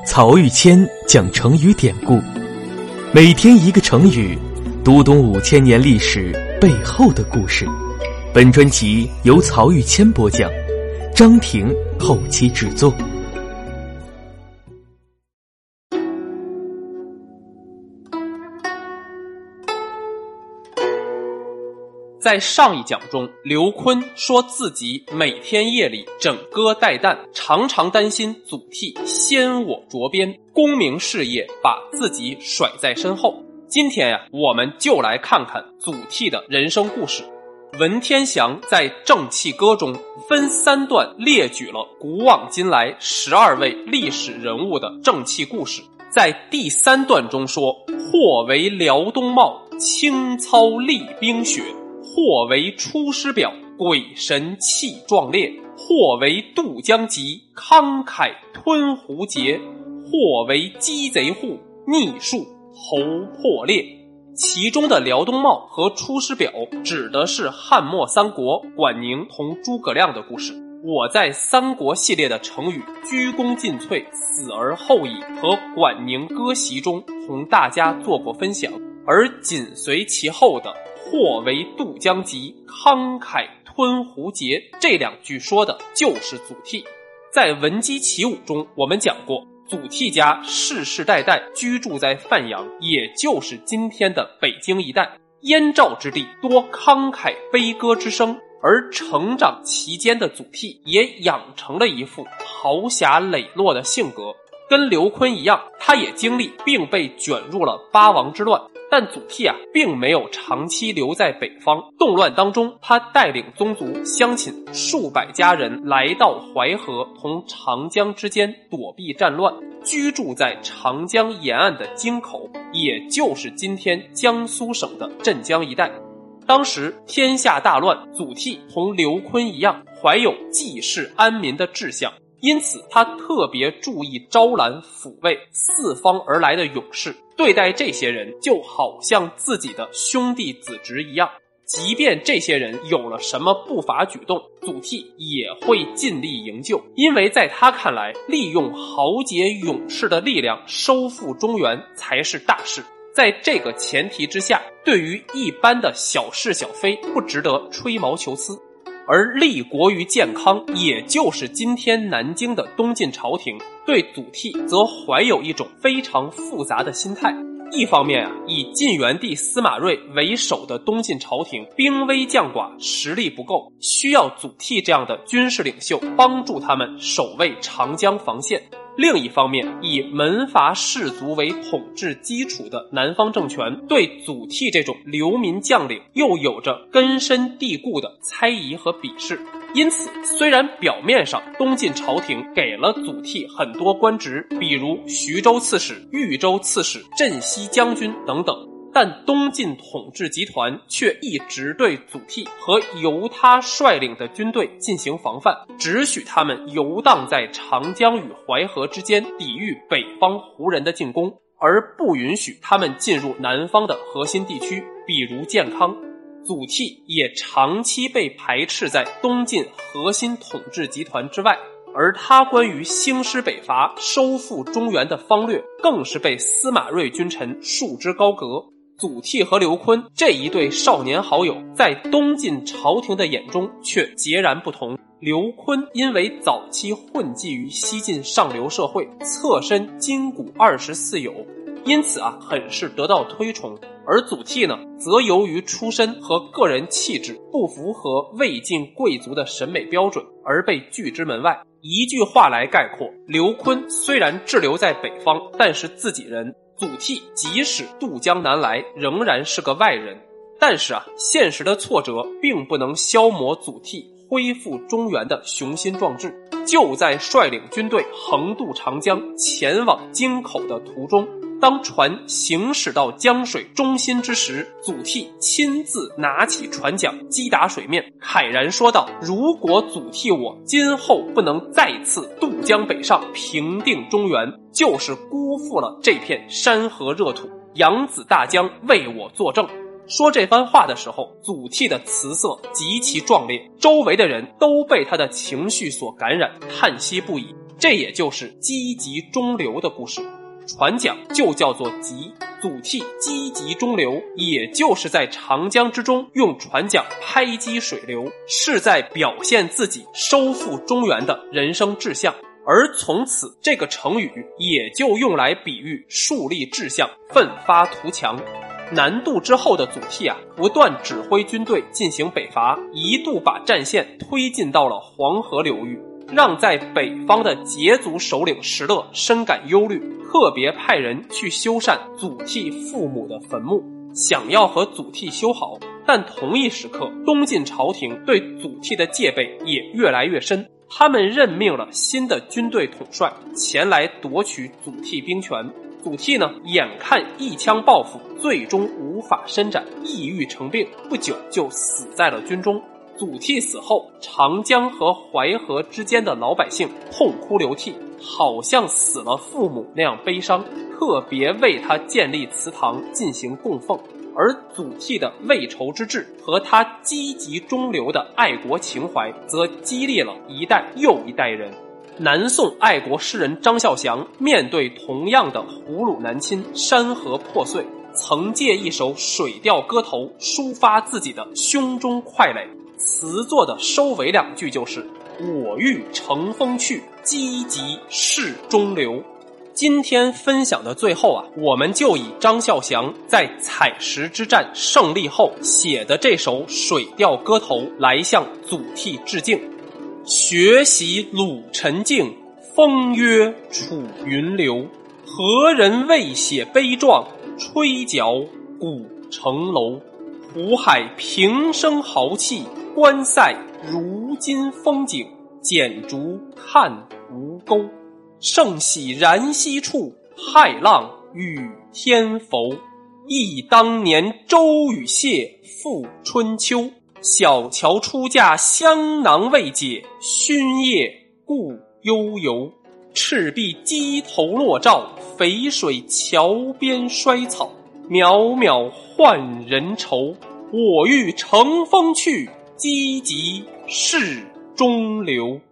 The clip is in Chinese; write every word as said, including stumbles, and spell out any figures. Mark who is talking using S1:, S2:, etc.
S1: 曹玉谦讲成语典故，每天一个成语，读懂五千年历史背后的故事。本专辑由曹玉谦播讲，张婷后期制作。
S2: 在上一讲中，刘琨说自己每天夜里枕戈待旦，常常担心祖逖先我着边，功名事业把自己甩在身后。今天呀、啊，我们就来看看祖逖的人生故事。文天祥在《正气歌》中分三段列举了古往今来十二位历史人物的正气故事。在第三段中说，或为辽东茂，轻操厉冰雪；或为出师表，鬼神气壮烈；或为渡江急，慷慨吞胡桀；或为鸡贼户，逆数侯破裂。其中的辽东茂和出师表指的是汉末三国管宁同诸葛亮的故事。我在三国系列的成语鞠躬尽瘁，死而后已和管宁割席中同大家做过分享，而紧随其后的或为渡江急，慷慨吞胡桀这两句说的就是祖逖。在闻鸡起舞中我们讲过，祖逖家世世代代居住在范阳，也就是今天的北京一带。燕赵之地多慷慨悲歌之声，而成长其间的祖逖也养成了一副豪侠磊落的性格。跟刘琨一样，他也经历并被卷入了八王之乱，但祖逖啊，并没有长期留在北方。动乱当中，他带领宗族乡亲数百家人来到淮河同长江之间躲避战乱，居住在长江沿岸的京口，也就是今天江苏省的镇江一带。当时天下大乱，祖逖同刘琨一样，怀有济世安民的志向。因此他特别注意招揽抚慰四方而来的勇士，对待这些人就好像自己的兄弟子侄一样，即便这些人有了什么不法举动，祖逖也会尽力营救。因为在他看来，利用豪杰勇士的力量收复中原才是大事。在这个前提之下，对于一般的小是小非不值得吹毛求疵。而立国于建康，也就是今天南京的东晋朝廷，对祖逖则怀有一种非常复杂的心态。一方面啊，以晋元帝司马睿为首的东晋朝廷兵微将寡，实力不够，需要祖逖这样的军事领袖帮助他们守卫长江防线。另一方面，以门阀士族为统治基础的南方政权对祖逖这种流民将领又有着根深蒂固的猜疑和鄙视。因此，虽然表面上东晋朝廷给了祖逖很多官职，比如徐州刺史、豫州刺史、镇西将军等等，但东晋统治集团却一直对祖逖和由他率领的军队进行防范，只许他们游荡在长江与淮河之间，抵御北方胡人的进攻，而不允许他们进入南方的核心地区，比如建康。祖逖也长期被排斥在东晋核心统治集团之外，而他关于兴师北伐、收复中原的方略更是被司马睿君臣束之高阁。祖逖和刘琨这一对少年好友，在东晋朝廷的眼中却截然不同。刘琨因为早期混迹于西晋上流社会，侧身金谷二十四友，因此啊，很是得到推崇。而祖逖呢，则由于出身和个人气质不符合魏晋贵族的审美标准，而被拒之门外。一句话来概括，刘琨虽然滞留在北方，但是自己人；祖逖即使渡江南来，仍然是个外人。但是啊，现实的挫折并不能消磨祖逖恢复中原的雄心壮志。就在率领军队横渡长江前往京口的途中，当船行驶到江水中心之时，祖逖亲自拿起船桨击打水面，慨然说道：如果祖逖我今后不能再次渡江北上，平定中原，就是辜负了这片山河热土，扬子大江为我作证。说这番话的时候，祖逖的词色极其壮烈，周围的人都被他的情绪所感染，叹息不已。 这也就是积极中流的故事。船桨就叫做楫，祖逖积极中流，也就是在长江之中用船桨拍击水流，是在表现自己收复中原的人生志向。而从此这个成语也就用来比喻树立志向，奋发图强。南渡之后的祖逖啊，不断指挥军队进行北伐，一度把战线推进到了黄河流域，让在北方的羯族首领石勒深感忧虑，特别派人去修缮祖逖父母的坟墓，想要和祖逖修好。但同一时刻，东晋朝廷对祖逖的戒备也越来越深，他们任命了新的军队统帅前来夺取祖逖兵权。祖逖呢，眼看一枪报复，最终无法伸展，抑郁成病，不久就死在了军中。祖逖死后，长江和淮河之间的老百姓痛哭流涕，好像死了父母那样悲伤，特别为他建立祠堂进行供奉。而祖逖的为仇之志和他积极中流的爱国情怀，则激励了一代又一代人。南宋爱国诗人张孝祥面对同样的胡虏南侵、山河破碎，曾借一首水调歌头抒发自己的胸中快垒。词作的收尾两句就是我欲乘风去，积极势中流。今天分享的最后啊，我们就以张孝祥在采石之战胜利后写的这首水调歌头来向祖逖致敬。学习鲁陈境，风约楚云流。何人为写悲壮，吹角古城楼。湖海平生豪气，关塞如今风景。剪竹看吴钩，盛喜然西处。骇浪与天浮。忆当年周与谢，复春秋。小乔出嫁香囊未解，熏夜故悠游。赤壁鸡头落照，淝水桥边衰草。渺渺换人愁，我欲乘风去，积极势中流。